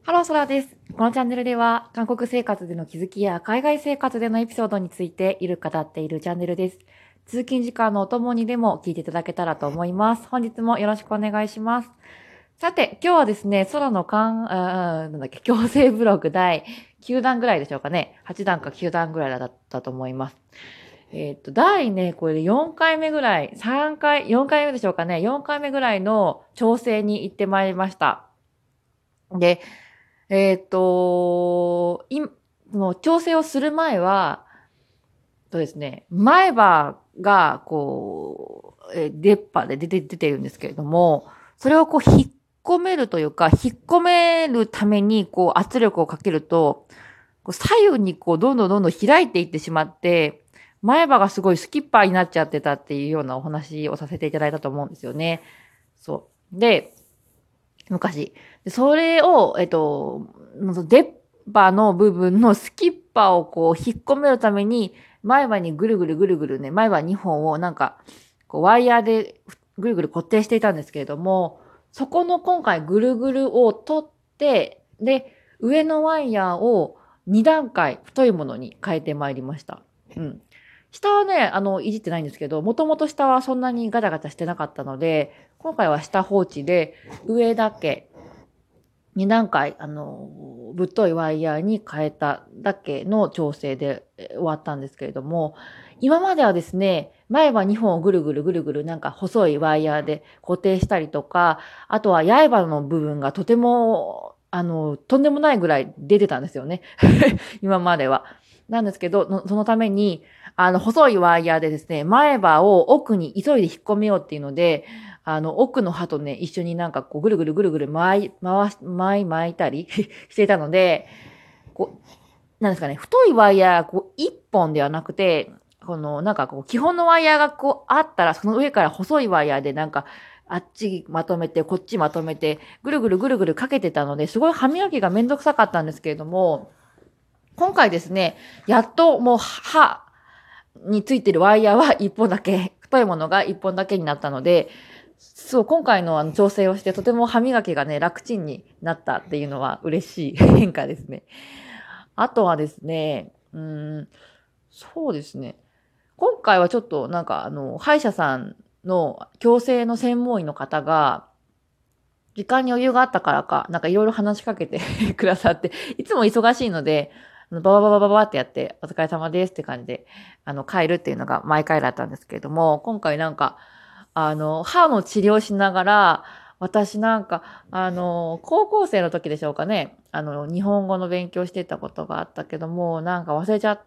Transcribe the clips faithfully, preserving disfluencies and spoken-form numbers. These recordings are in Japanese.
ハローソラです。このチャンネルでは、韓国生活での気づきや海外生活でのエピソードについてゆるく語っているチャンネルです。通勤時間のお供にでも聞いていただけたらと思います。本日もよろしくお願いします。さて、今日はですね、空のかん、あーなんだっけ、強制ブログだいきゅうだんぐらいでしょうかね。はちだんかきゅうだんぐらいだったと思います。えっと、第ね、これでよんかいめぐらい、さんかい、よんかいめでしょうかね。よんかいめぐらいの調整に行ってまいりました。で、えっと、いその調整をする前は、とですね、前歯が、こう、えー出っ歯で出て、出ているんですけれども、それをこう引っ込めるというか、引っ込めるためにこう圧力をかけると、こう左右にこうどんどんどんどん開いていってしまって、前歯がすごいスキッパーになっちゃってたっていうようなお話をさせていただいたと思うんですよね。そう。で、昔。でそれを、えっと、出っ歯の部分のスキッパーをこう引っ込めるために、前歯にぐるぐるぐるぐるね、前歯にほんをなんか、こうワイヤーでぐるぐる固定していたんですけれども、そこの今回ぐるぐるを取って、で、上のワイヤーをにだんかい太いものに変えてまいりました。うん。下はね、あの、いじってないんですけど、もともと下はそんなにガタガタしてなかったので、今回は下放置で、上だけにだんかい、あの、ぶっといワイヤーに変えただけの調整で終わったんですけれども、今まではですね、前歯にほんをぐるぐるぐるぐるなんか細いワイヤーで固定したりとか、あとは刃の部分がとても、あの、とんでもないぐらい出てたんですよね。今までは。なんですけど、そのために、あの、細いワイヤーでですね、前歯を奥に急いで引っ込めようっていうので、あの、奥の歯とね、一緒になんかこう、ぐるぐるぐるぐる巻い、回し、巻い、巻いたりしていたので、こう、なんですかね、太いワイヤー、こう、一本ではなくて、この、なんかこう、基本のワイヤーがこう、あったら、その上から細いワイヤーでなんか、あっちまとめて、こっちまとめて、ぐるぐるぐるぐるかけてたので、すごい歯磨きがめんどくさかったんですけれども、今回ですね、やっともう歯についてるワイヤーは一本だけ、太いものが一本だけになったので、そう、今回のあの調整をしてとても歯磨きがね、楽ちんになったっていうのは嬉しい変化ですね。あとはですね、うーん、そうですね。今回はちょっとなんかあの、歯医者さんの矯正の専門医の方が、時間に余裕があったからか、なんかいろいろ話しかけてくださって、いつも忙しいので、ババババババってやって、お疲れ様ですって感じで、あの、帰るっていうのが毎回だったんですけれども、今回なんか、あの、歯の治療しながら、私なんか、あの、高校生の時でしょうかね、あの、日本語の勉強してたことがあったけども、なんか忘れちゃって、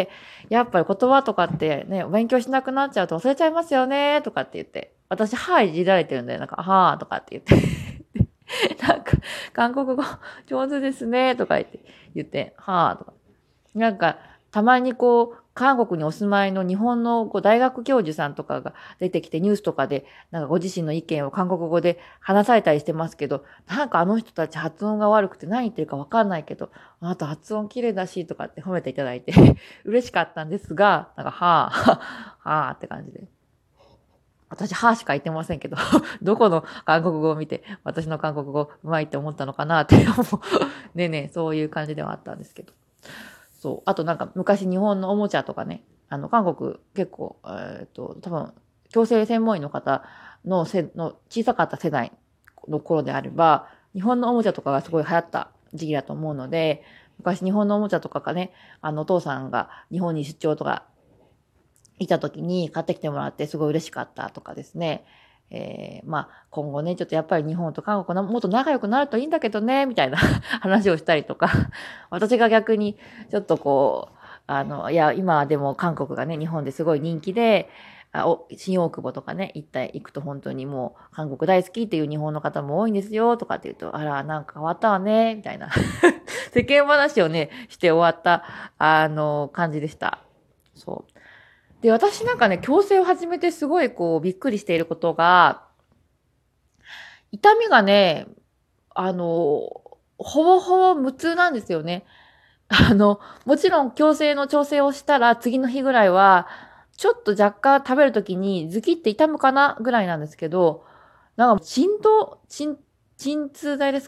やっぱり言葉とかってね、勉強しなくなっちゃうと忘れちゃいますよね、とかって言って、私歯いじられてるんで、なんか、はーとかって言ってなんか、韓国語上手ですね、とか言って、言って、はぁ、とか。なんか、たまにこう、韓国にお住まいの日本のこう大学教授さんとかが出てきてニュースとかで、なんかご自身の意見を韓国語で話されたりしてますけど、なんかあの人たち発音が悪くて何言ってるかわかんないけど、あなた発音綺麗だし、とかって褒めていただいて嬉しかったんですが、なんか、はぁ、はぁって感じで。私、はしか言ってませんけどどこの韓国語を見て、私の韓国語うまいって思ったのかなって思うねえねえ、そういう感じではあったんですけど。そう。あとなんか、昔日本のおもちゃとかね、あの、韓国結構、えっと、多分、矯正専門医の方のせの小さかった世代の頃であれば、日本のおもちゃとかがすごい流行った時期だと思うので、昔日本のおもちゃとかがね、あの、お父さんが日本に出張とかいた時に買ってきてもらってすごい嬉しかったとかですね。えー、まあ今後ね、ちょっとやっぱり日本と韓国のもっと仲良くなるといいんだけどね、みたいな話をしたりとか、私が逆にちょっとこう、あの、いや、今でも韓国がね、日本ですごい人気で、あお新大久保とかね、一体行くと本当にもう韓国大好きっていう日本の方も多いんですよとかって言うと、あら、なんか変わったわね、みたいな世間話をね、して終わった、あの、感じでした。そう。で、私なんかね、矯正を始めてすごいこう、びっくりしていることが、痛みがね、あの、ほぼほぼ無痛なんですよね。あの、もちろん矯正の調整をしたら次の日ぐらいは、ちょっと若干食べるときにズキって痛むかなぐらいなんですけど、なんか鎮痛、鎮、鎮痛剤ですか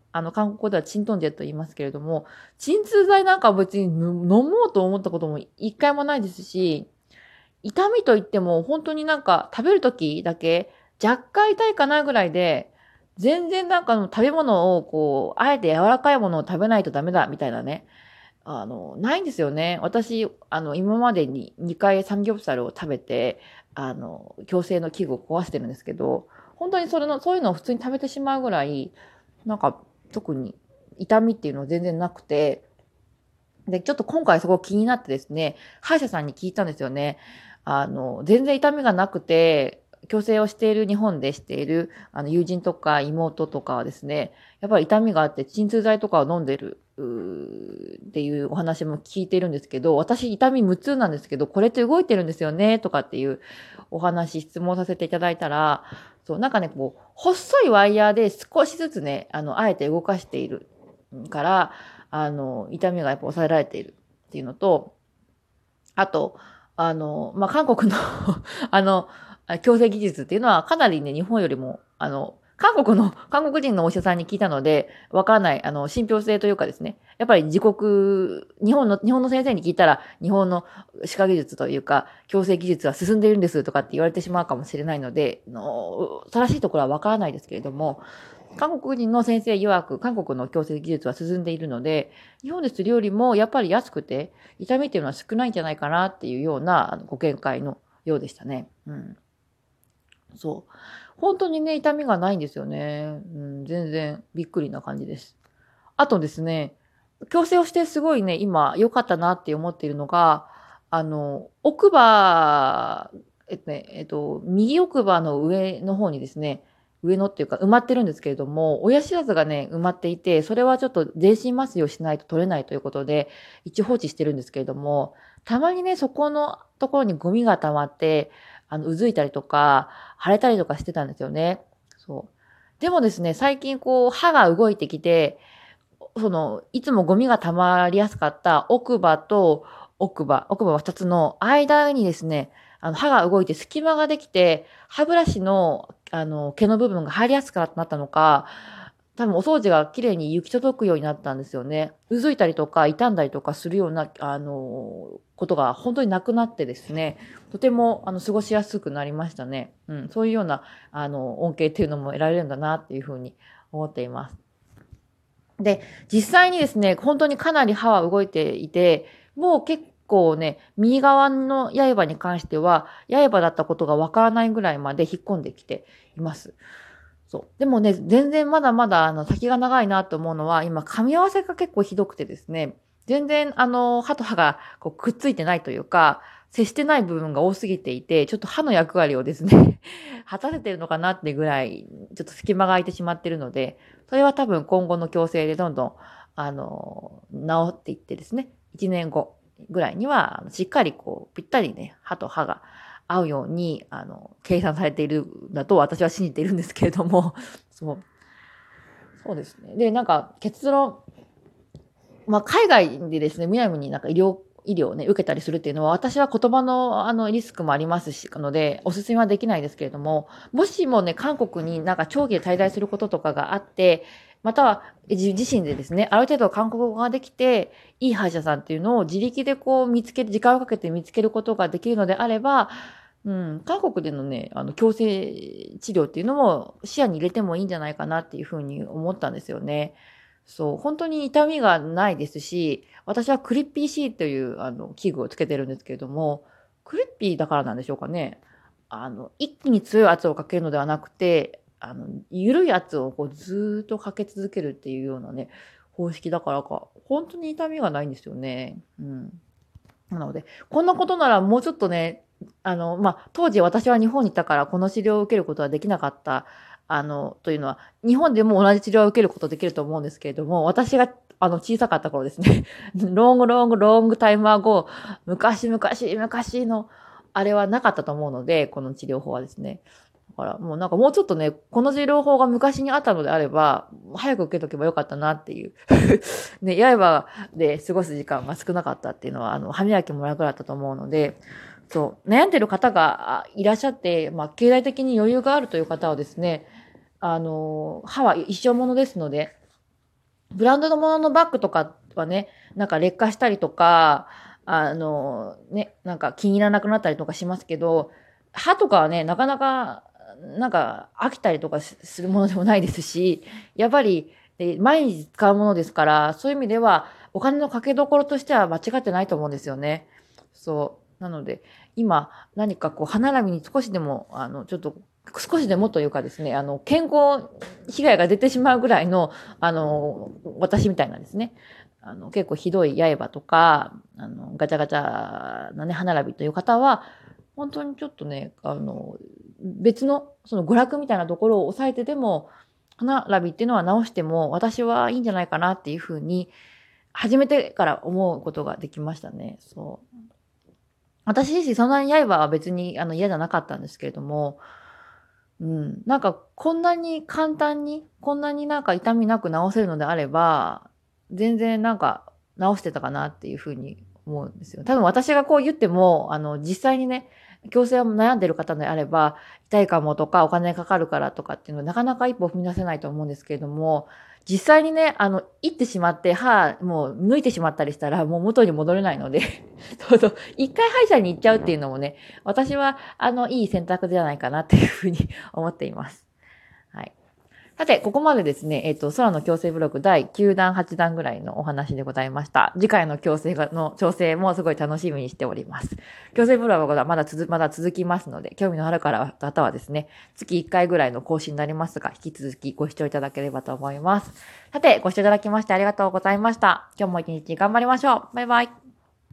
あの、韓国語ではチントンジェと言いますけれども、鎮痛剤なんか別に飲もうと思ったことも一回もないですし、痛みといっても本当になんか食べるときだけ若干痛いかなぐらいで、全然なんかの食べ物をこう、あえて柔らかいものを食べないとダメだみたいなね、あの、ないんですよね。私、あの、今までににかいサムギョプサルを食べて、あの、矯正の器具を壊してるんですけど、本当にそれの、そういうのを普通に食べてしまうぐらい、なんか特に痛みっていうのは全然なくて、で、ちょっと今回そこ気になってですね、歯医者さんに聞いたんですよね。あの、全然痛みがなくて、矯正をしている日本でしているあの友人とか妹とかはですね、やっぱり痛みがあって鎮痛剤とかを飲んでるうーっていうお話も聞いてるんですけど、私痛み無痛なんですけど、これって動いてるんですよねとかっていうお話、質問させていただいたら、そう、なんかね、こう、細いワイヤーで少しずつね、あの、あえて動かしているから、あの、痛みがやっぱ抑えられているっていうのと、あと、あの、まあ、韓国のあの、矯正技術っていうのはかなりね、日本よりも、あの、韓国の、韓国人のお医者さんに聞いたので、わからない、あの、信憑性というかですね、やっぱり自国、日本の、日本の先生に聞いたら、日本の歯科技術というか、矯正技術は進んでいるんですとかって言われてしまうかもしれないので、の正しいところはわからないですけれども、韓国人の先生曰く、韓国の矯正技術は進んでいるので、日本でするよりもやっぱり安くて、痛みっていうのは少ないんじゃないかなっていうようなご見解のようでしたね。うん。そう。本当にね、痛みがないんですよね。うん、全然びっくりな感じです。あとですね、矯正をしてすごいね、今良かったなって思っているのが、あの、奥歯、えっとね、えっと、右奥歯の上の方にですね、上のっていうか埋まってるんですけれども、親知らずがね、埋まっていて、それはちょっと全身麻酔をしないと取れないということで、一応放置してるんですけれども、たまにね、そこのところにゴミが溜まって、あの、うずいたりとか、腫れたりとかしてたんですよね。そう。でもですね、最近こう、歯が動いてきて、その、いつもゴミが溜まりやすかった奥歯と奥歯、奥歯はふたつの間にですね、あの、歯が動いて隙間ができて、歯ブラシの、あの、毛の部分が入りやすくなったのか、多分お掃除が綺麗に行き届くようになったんですよね。うずいたりとか傷んだりとかするような、あの、ことが本当になくなってですね、とても、あの、過ごしやすくなりましたね。うん、そういうような、あの、恩恵っていうのも得られるんだなっていうふうに思っています。で、実際にですね、本当にかなり歯は動いていて、もう結構ね、右側の刃に関しては、刃だったことがわからないぐらいまで引っ込んできています。そう。でもね、全然まだまだあの先が長いなと思うのは、今噛み合わせが結構ひどくてですね、全然あの歯と歯がこうくっついてないというか、接してない部分が多すぎていて、ちょっと歯の役割をですね、果たせてるのかなってぐらい、ちょっと隙間が空いてしまってるので、それは多分今後の矯正でどんどん、あの、治っていってですね、いちねんごぐらいには、しっかりこう、ぴったりね、歯と歯が合うように、あの、計算されているんだと私は信じているんですけれども、そう。そうですね。で、なんか結論、まあ、海外でですね、むやみになんか医療、医療をね、受けたりするっていうのは、私は言葉のあのリスクもありますし、ので、お勧めはできないですけれども、もしもね、韓国になんか長期で滞在することとかがあって、または自自身でですね、ある程度韓国語ができて、いい歯医者さんっていうのを自力でこう見つけて、時間をかけて見つけることができるのであれば、うん、韓国でのね、あの、矯正治療っていうのも視野に入れてもいいんじゃないかなっていうふうに思ったんですよね。そう、本当に痛みがないですし、私はクリッピー C というあの器具をつけてるんですけれども、クリッピーだからなんでしょうかね。あの、一気に強い圧をかけるのではなくて、あの、緩い圧をこうずーっとかけ続けるっていうようなね、方式だからか、本当に痛みがないんですよね。うん。なので、こんなことならもうちょっとね、あの、まあ、当時私は日本にいたからこの治療を受けることはできなかった、あの、というのは、日本でも同じ治療を受けることできると思うんですけれども、私があの小さかった頃ですね、ロングロングロングタイムアゴー、昔々昔のあれはなかったと思うので、この治療法はですね。だからもうなんかもうちょっとね、この治療法が昔にあったのであれば、早く受けとけばよかったなっていうね、刃で過ごす時間が少なかったっていうのは、あの、歯磨きも楽だったと思うので、そう、悩んでる方がいらっしゃって、まあ、経済的に余裕があるという方はですね、あの、歯は一生ものですので、 ブランドのもののバッグとかはね、なんか劣化したりとか、あの、ね、なんか気に入らなくなったりとかしますけど、歯とかはね、なかなか、なんか飽きたりとかするものでもないですし、やっぱり、え毎日使うものですから、そういう意味では、お金のかけどころとしては間違ってないと思うんですよね。そう。なので、今、何かこう、歯並みに少しでも、あの、ちょっと、少しでもというかですね、あの、健康被害が出てしまうぐらいの、あの、私みたいなんですね。あの、結構ひどい刃とか、あの、ガチャガチャなね、歯並びという方は、本当にちょっとね、あの、別の、その娯楽みたいなところを抑えてでも、歯並びっていうのは直しても、私はいいんじゃないかなっていうふうに、始めてから思うことができましたね。そう。私自身そんなに刃は別にあの嫌じゃなかったんですけれども、うん、なんかこんなに簡単に、こんなになんか痛みなく治せるのであれば、全然なんか治してたかなっていうふうに思うんですよ。多分私がこう言っても、あの実際にね、矯正を悩んでる方であれば、痛いかもとかお金かかるからとかっていうのはなかなか一歩踏み出せないと思うんですけれども、実際にね、あの、行ってしまって歯、もう抜いてしまったりしたらもう元に戻れないので、そうそう、一回歯医者に行っちゃうっていうのもね、私は、あの、いい選択じゃないかなっていうふうに思っています。はい。さて、ここまでですね、えっ、と、空の矯正ブログだいきゅうだん、はちだんぐらいのお話でございました。次回の矯正がの調整もすごい楽しみにしております。矯正ブログはまだ続、まだ続きますので、興味のある方はですね、月いっかいぐらいの更新になりますが、引き続きご視聴いただければと思います。さて、ご視聴いただきましてありがとうございました。今日も一日頑張りましょう。バイバイ。